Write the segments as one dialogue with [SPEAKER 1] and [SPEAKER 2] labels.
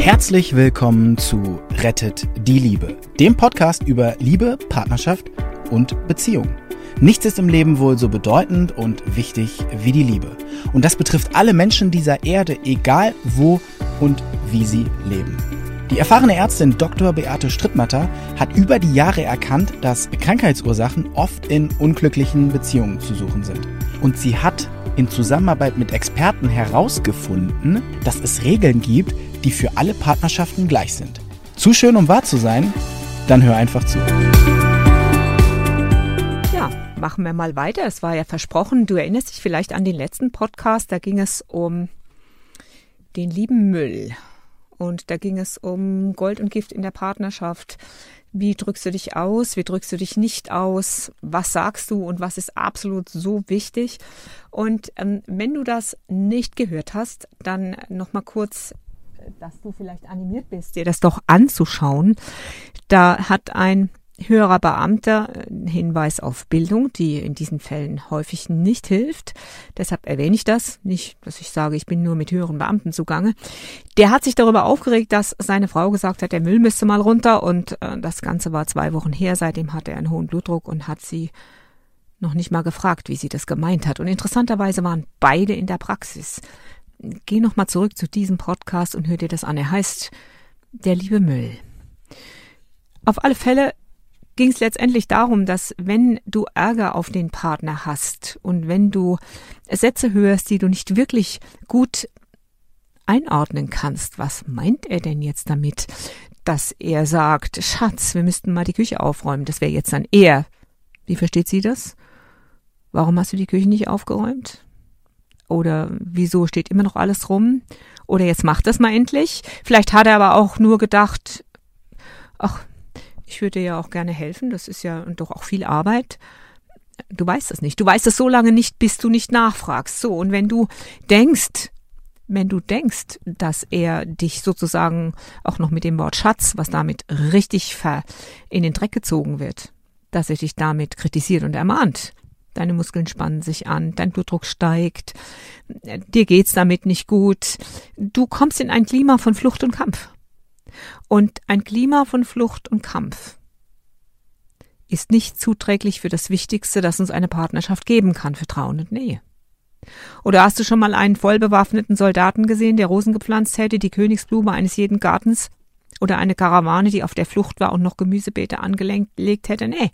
[SPEAKER 1] Herzlich willkommen zu Rettet die Liebe, dem Podcast über Liebe, Partnerschaft und Beziehung. Nichts ist im Leben wohl so bedeutend und wichtig wie die Liebe. Und das betrifft alle Menschen dieser Erde, egal wo und wie sie leben. Die erfahrene Ärztin Dr. Beate Strittmatter hat über die Jahre erkannt, dass Krankheitsursachen oft in unglücklichen Beziehungen zu suchen sind. Und sie hat in Zusammenarbeit mit Experten herausgefunden, dass es Regeln gibt, die für alle Partnerschaften gleich sind. Zu schön, um wahr zu sein? Dann hör einfach zu.
[SPEAKER 2] Ja, machen wir mal weiter. Es war ja versprochen, du erinnerst dich vielleicht an den letzten Podcast, da ging es um den lieben Müll. Und da ging es um Gold und Gift in der Partnerschaft. Wie drückst du dich aus? Wie drückst du dich nicht aus? Was sagst du und was ist absolut so wichtig? Und wenn du das nicht gehört hast, dann nochmal kurz, dass du vielleicht animiert bist, dir das doch anzuschauen. Da hat ein höherer Beamter einen Hinweis auf Bildung, die in diesen Fällen häufig nicht hilft. Deshalb erwähne ich das. Nicht, dass ich sage, ich bin nur mit höheren Beamten zugange. Der hat sich darüber aufgeregt, dass seine Frau gesagt hat, der Müll müsste mal runter. Und das Ganze war 2 Wochen her. Seitdem hat er einen hohen Blutdruck und hat sie noch nicht mal gefragt, wie sie das gemeint hat. Und interessanterweise waren beide in der Praxis. Geh noch mal zurück zu diesem Podcast und hör dir das an. Er heißt Der liebe Müll. Auf alle Fälle ging es letztendlich darum, dass wenn du Ärger auf den Partner hast und wenn du Sätze hörst, die du nicht wirklich gut einordnen kannst, was meint er denn jetzt damit, dass er sagt, Schatz, wir müssten mal die Küche aufräumen, das wäre jetzt dann er. Wie versteht sie das? Warum hast du die Küche nicht aufgeräumt? Oder wieso steht immer noch alles rum? Oder jetzt mach das mal endlich. Vielleicht hat er aber auch nur gedacht, ach, ich würde dir ja auch gerne helfen, das ist ja doch auch viel Arbeit. Du weißt es nicht. Du weißt es so lange nicht, bis du nicht nachfragst. So, und wenn du denkst, dass er dich sozusagen auch noch mit dem Wort Schatz, was damit richtig in den Dreck gezogen wird, dass er dich damit kritisiert und ermahnt, deine Muskeln spannen sich an, dein Blutdruck steigt, dir geht's damit nicht gut, du kommst in ein Klima von Flucht und Kampf. Und ein Klima von Flucht und Kampf ist nicht zuträglich für das Wichtigste, das uns eine Partnerschaft geben kann, Vertrauen und Nähe. Oder hast du schon mal einen vollbewaffneten Soldaten gesehen, der Rosen gepflanzt hätte, die Königsblume eines jeden Gartens? Oder eine Karawane, die auf der Flucht war und noch Gemüsebeete angelegt hätte? Nee.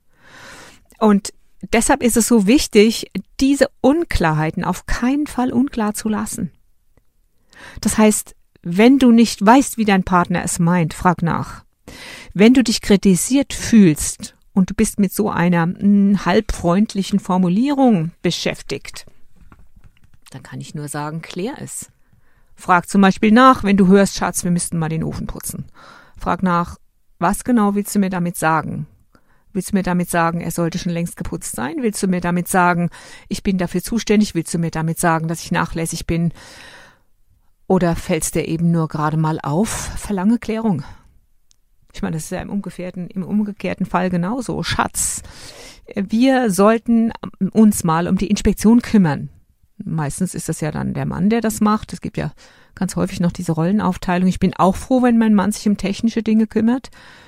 [SPEAKER 2] Und deshalb ist es so wichtig, diese Unklarheiten auf keinen Fall unklar zu lassen. Das heißt, wenn du nicht weißt, wie dein Partner es meint, frag nach. Wenn du dich kritisiert fühlst und du bist mit so einer halbfreundlichen Formulierung beschäftigt, dann kann ich nur sagen, klär es. Frag zum Beispiel nach, wenn du hörst, Schatz, wir müssten mal den Ofen putzen. Frag nach, was genau willst du mir damit sagen? Willst du mir damit sagen, er sollte schon längst geputzt sein? Willst du mir damit sagen, ich bin dafür zuständig? Willst du mir damit sagen, dass ich nachlässig bin? Oder fällst dir eben nur gerade mal auf? Verlange Klärung. Ich meine, das ist ja im umgekehrten Fall genauso. Schatz, wir sollten uns mal um die Inspektion kümmern. Meistens ist das ja dann der Mann, der das macht. Es gibt ja ganz häufig noch diese Rollenaufteilung. Ich bin auch froh, wenn mein Mann sich um technische Dinge kümmert.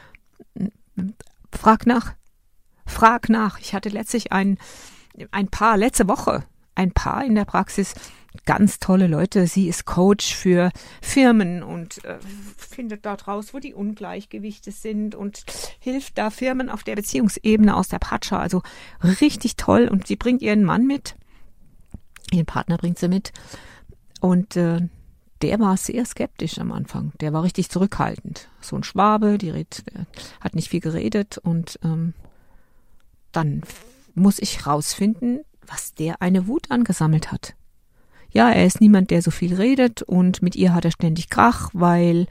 [SPEAKER 2] Frag nach. Ich hatte letztlich letzte Woche ein Paar in der Praxis, ganz tolle Leute. Sie ist Coach für Firmen und findet dort raus, wo die Ungleichgewichte sind und hilft da Firmen auf der Beziehungsebene aus der Patscha. Also richtig toll. Und sie bringt ihren Mann mit, ihren Partner bringt sie mit. Und der war sehr skeptisch am Anfang. Der war richtig zurückhaltend. So ein Schwabe, der hat nicht viel geredet. Und dann muss ich rausfinden, was der eine Wut angesammelt hat. Ja, er ist niemand, der so viel redet und mit ihr hat er ständig Krach, weil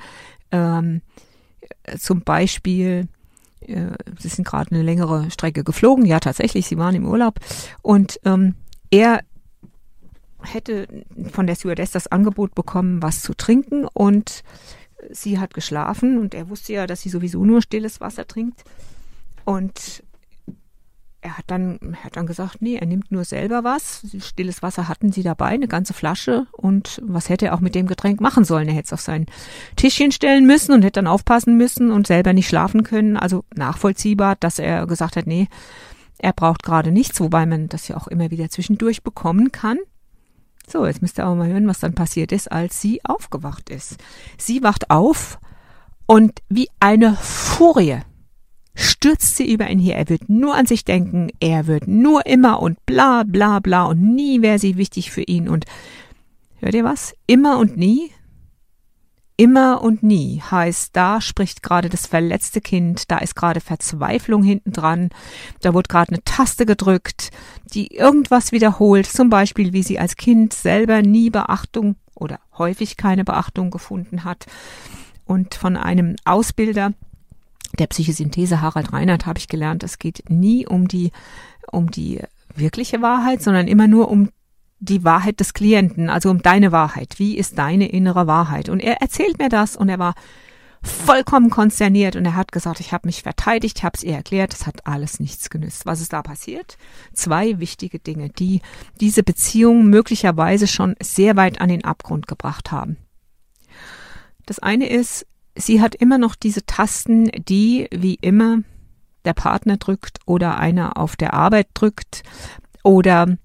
[SPEAKER 2] zum Beispiel, sie sind gerade eine längere Strecke geflogen, ja tatsächlich, sie waren im Urlaub und er hätte von der Stewardess das Angebot bekommen, was zu trinken und sie hat geschlafen und er wusste ja, dass sie sowieso nur stilles Wasser trinkt und er hat dann gesagt, nee, er nimmt nur selber was. Stilles Wasser hatten sie dabei, eine ganze Flasche. Und was hätte er auch mit dem Getränk machen sollen? Er hätte es auf sein Tischchen stellen müssen und hätte dann aufpassen müssen und selber nicht schlafen können. Also nachvollziehbar, dass er gesagt hat, nee, er braucht gerade nichts, wobei man das ja auch immer wieder zwischendurch bekommen kann. So, jetzt müsst ihr aber mal hören, was dann passiert ist, als sie aufgewacht ist. Sie wacht auf und wie eine Furie stürzt sie über ihn her. Er wird nur an sich denken, er wird nur immer und bla bla bla und nie wäre sie wichtig für ihn. Und hört ihr was? Immer und nie? Immer und nie heißt, da spricht gerade das verletzte Kind, da ist gerade Verzweiflung hinten dran, da wurde gerade eine Taste gedrückt, die irgendwas wiederholt, zum Beispiel, wie sie als Kind selber nie Beachtung oder häufig keine Beachtung gefunden hat. Und von einem Ausbilder der Psychosynthese Harald Reinhardt habe ich gelernt, es geht nie um die wirkliche Wahrheit, sondern immer nur um die Wahrheit des Klienten, also um deine Wahrheit. Wie ist deine innere Wahrheit? Und er erzählt mir das und er war vollkommen konsterniert und er hat gesagt, ich habe mich verteidigt, ich habe es ihr erklärt, es hat alles nichts genützt. Was ist da passiert? 2 wichtige Dinge, die diese Beziehung möglicherweise schon sehr weit an den Abgrund gebracht haben. Das eine ist, sie hat immer noch diese Tasten, die wie immer der Partner drückt oder einer auf der Arbeit drückt oder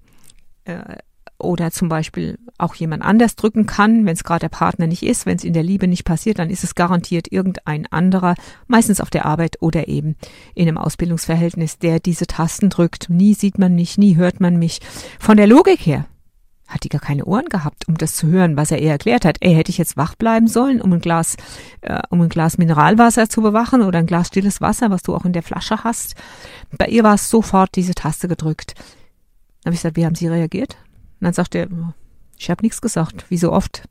[SPEAKER 2] zum Beispiel auch jemand anders drücken kann, wenn es gerade der Partner nicht ist, wenn es in der Liebe nicht passiert, dann ist es garantiert irgendein anderer, meistens auf der Arbeit oder eben in einem Ausbildungsverhältnis, der diese Tasten drückt. Nie sieht man mich, nie hört man mich. Von der Logik her hat die gar keine Ohren gehabt, um das zu hören, was er ihr erklärt hat. Hätte ich jetzt wach bleiben sollen, um ein Glas Mineralwasser zu bewachen oder ein Glas stilles Wasser, was du auch in der Flasche hast. Bei ihr war es sofort diese Taste gedrückt. Dann habe ich gesagt, wie haben Sie reagiert? Und dann sagt er, ich habe nichts gesagt, wie so oft.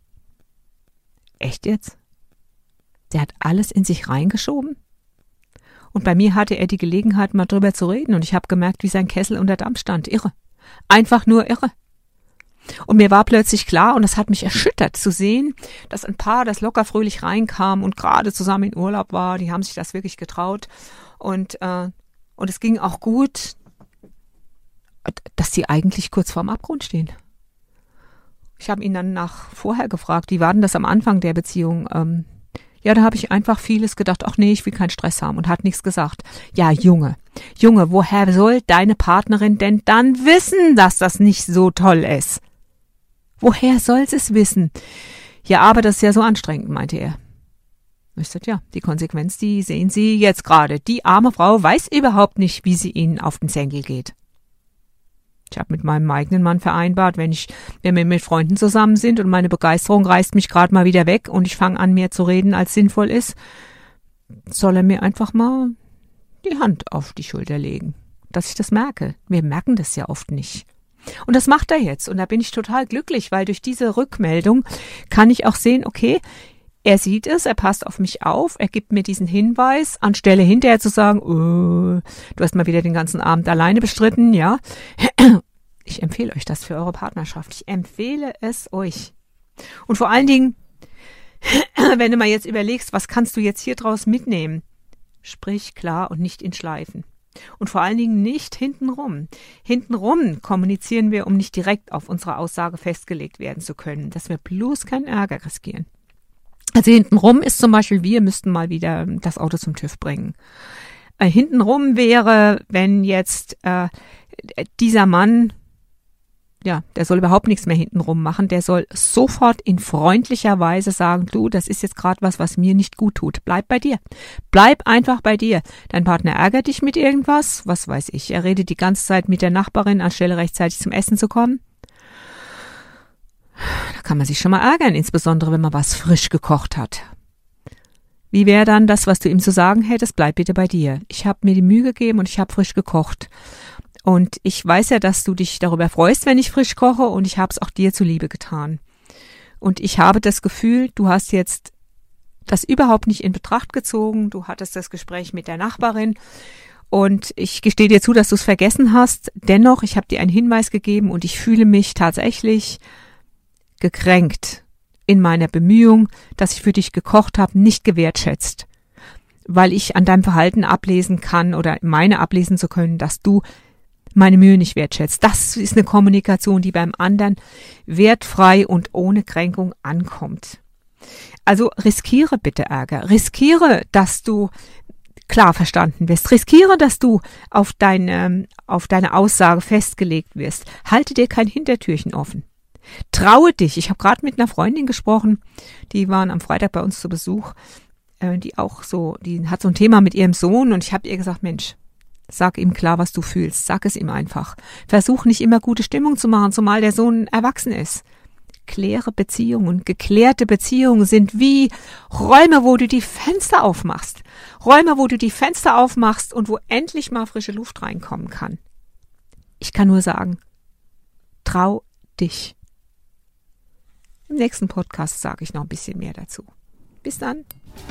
[SPEAKER 2] Echt jetzt? Der hat alles in sich reingeschoben? Und bei mir hatte er die Gelegenheit, mal drüber zu reden und ich habe gemerkt, wie sein Kessel unter Dampf stand. Irre. Einfach nur irre. Und mir war plötzlich klar, und das hat mich erschüttert zu sehen, dass ein Paar, das locker fröhlich reinkam und gerade zusammen in Urlaub war, die haben sich das wirklich getraut. Und es ging auch gut, dass sie eigentlich kurz vorm Abgrund stehen. Ich habe ihn dann vorher gefragt, wie war denn das am Anfang der Beziehung? Ja, da habe ich einfach vieles gedacht, ach nee, ich will keinen Stress haben und hat nichts gesagt. Ja, Junge, woher soll deine Partnerin denn dann wissen, dass das nicht so toll ist? Woher soll sie es wissen? Ja, aber das ist ja so anstrengend, meinte er. Ich sagte, ja, die Konsequenz, die sehen Sie jetzt gerade. Die arme Frau weiß überhaupt nicht, wie sie Ihnen auf den Senkel geht. Ich habe mit meinem eigenen Mann vereinbart, wenn wir mit Freunden zusammen sind und meine Begeisterung reißt mich gerade mal wieder weg und ich fange an, mehr zu reden, als sinnvoll ist, soll er mir einfach mal die Hand auf die Schulter legen, dass ich das merke. Wir merken das ja oft nicht. Und das macht er jetzt und da bin ich total glücklich, weil durch diese Rückmeldung kann ich auch sehen, okay, er sieht es, er passt auf mich auf, er gibt mir diesen Hinweis, anstelle hinterher zu sagen, du hast mal wieder den ganzen Abend alleine bestritten, ja. Ich empfehle euch das für eure Partnerschaft. Ich empfehle es euch. Und vor allen Dingen, wenn du mal jetzt überlegst, was kannst du jetzt hier draus mitnehmen? Sprich klar und nicht in Schleifen. Und vor allen Dingen nicht hintenrum. Hintenrum kommunizieren wir, um nicht direkt auf unsere Aussage festgelegt werden zu können, dass wir bloß keinen Ärger riskieren. Also hintenrum ist zum Beispiel, wir müssten mal wieder das Auto zum TÜV bringen. Hintenrum wäre, wenn jetzt dieser Mann, ja, der soll überhaupt nichts mehr hintenrum machen, der soll sofort in freundlicher Weise sagen, du, das ist jetzt gerade was mir nicht gut tut. Bleib bei dir. Bleib einfach bei dir. Dein Partner ärgert dich mit irgendwas, was weiß ich, er redet die ganze Zeit mit der Nachbarin, anstelle rechtzeitig zum Essen zu kommen. Da kann man sich schon mal ärgern, insbesondere wenn man was frisch gekocht hat. Wie wäre dann das, was du ihm zu sagen hättest? Bleib bitte bei dir. Ich habe mir die Mühe gegeben und ich habe frisch gekocht. Und ich weiß ja, dass du dich darüber freust, wenn ich frisch koche und ich habe es auch dir zuliebe getan. Und ich habe das Gefühl, du hast jetzt das überhaupt nicht in Betracht gezogen. Du hattest das Gespräch mit der Nachbarin und ich gestehe dir zu, dass du es vergessen hast. Dennoch, ich habe dir einen Hinweis gegeben und ich fühle mich tatsächlich gekränkt in meiner Bemühung, dass ich für dich gekocht habe, nicht gewertschätzt, weil ich an deinem Verhalten ablesen kann oder meine ablesen zu können, dass du meine Mühe nicht wertschätzt. Das ist eine Kommunikation, die beim anderen wertfrei und ohne Kränkung ankommt. Also riskiere bitte Ärger. Riskiere, dass du klar verstanden wirst. Riskiere, dass du auf deine Aussage festgelegt wirst. Halte dir kein Hintertürchen offen. Traue dich. Ich habe gerade mit einer Freundin gesprochen, die waren am Freitag bei uns zu Besuch, die hat so ein Thema mit ihrem Sohn und ich habe ihr gesagt, Mensch, sag ihm klar, was du fühlst. Sag es ihm einfach. Versuch nicht immer gute Stimmung zu machen, zumal der Sohn erwachsen ist. Kläre Beziehungen. Geklärte Beziehungen sind wie Räume, wo du die Fenster aufmachst. Räume, wo du die Fenster aufmachst und wo endlich mal frische Luft reinkommen kann. Ich kann nur sagen, trau dich. Im nächsten Podcast sage ich noch ein bisschen mehr dazu. Bis dann.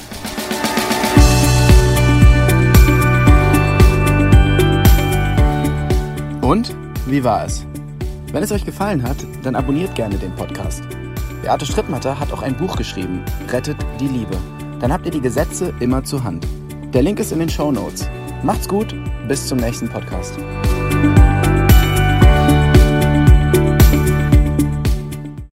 [SPEAKER 1] Und wie war es? Wenn es euch gefallen hat, dann abonniert gerne den Podcast. Beate Strittmatter hat auch ein Buch geschrieben, Rettet die Liebe. Dann habt ihr die Gesetze immer zur Hand. Der Link ist in den Shownotes. Macht's gut, bis zum nächsten Podcast.